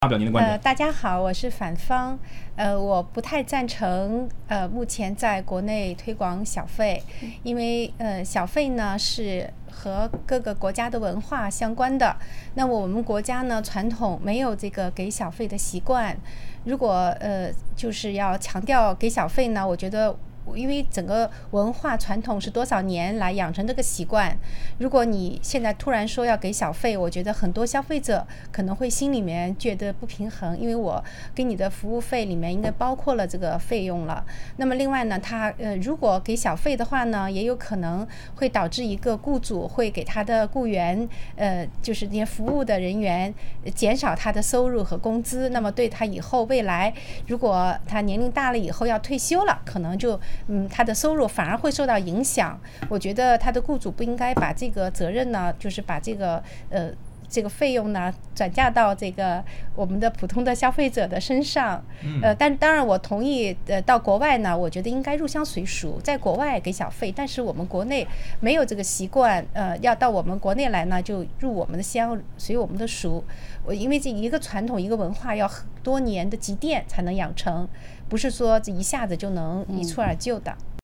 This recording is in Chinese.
发表您的观点。 大家好，我是反方。我不太赞成目前在国内推广小费，因为小费呢是和各个国家的文化相关的。那么我们国家呢传统没有这个给小费的习惯。如果就是要强调给小费呢，我觉得。因为整个文化传统是多少年来养成这个习惯，如果你现在突然说要给小费，我觉得很多消费者可能会心里面觉得不平衡，因为我给你的服务费里面应该包括了这个费用了。那么另外呢，他如果给小费的话呢，也有可能会导致一个雇主会给他的雇员就是那些服务的人员减少他的收入和工资，那么对他以后未来如果他年龄大了以后要退休了，可能就他的收入反而会受到影响。我觉得他的雇主不应该把这个责任呢，就是把这个费用呢转嫁到这个我们的普通的消费者的身上。但当然我同意到国外呢，我觉得应该入乡随俗，在国外给小费，但是我们国内没有这个习惯，要到我们国内来呢就入我们的乡随我们的俗。因为这一个传统一个文化要很多年的积淀才能养成，不是说这一下子就能一蹴而就的。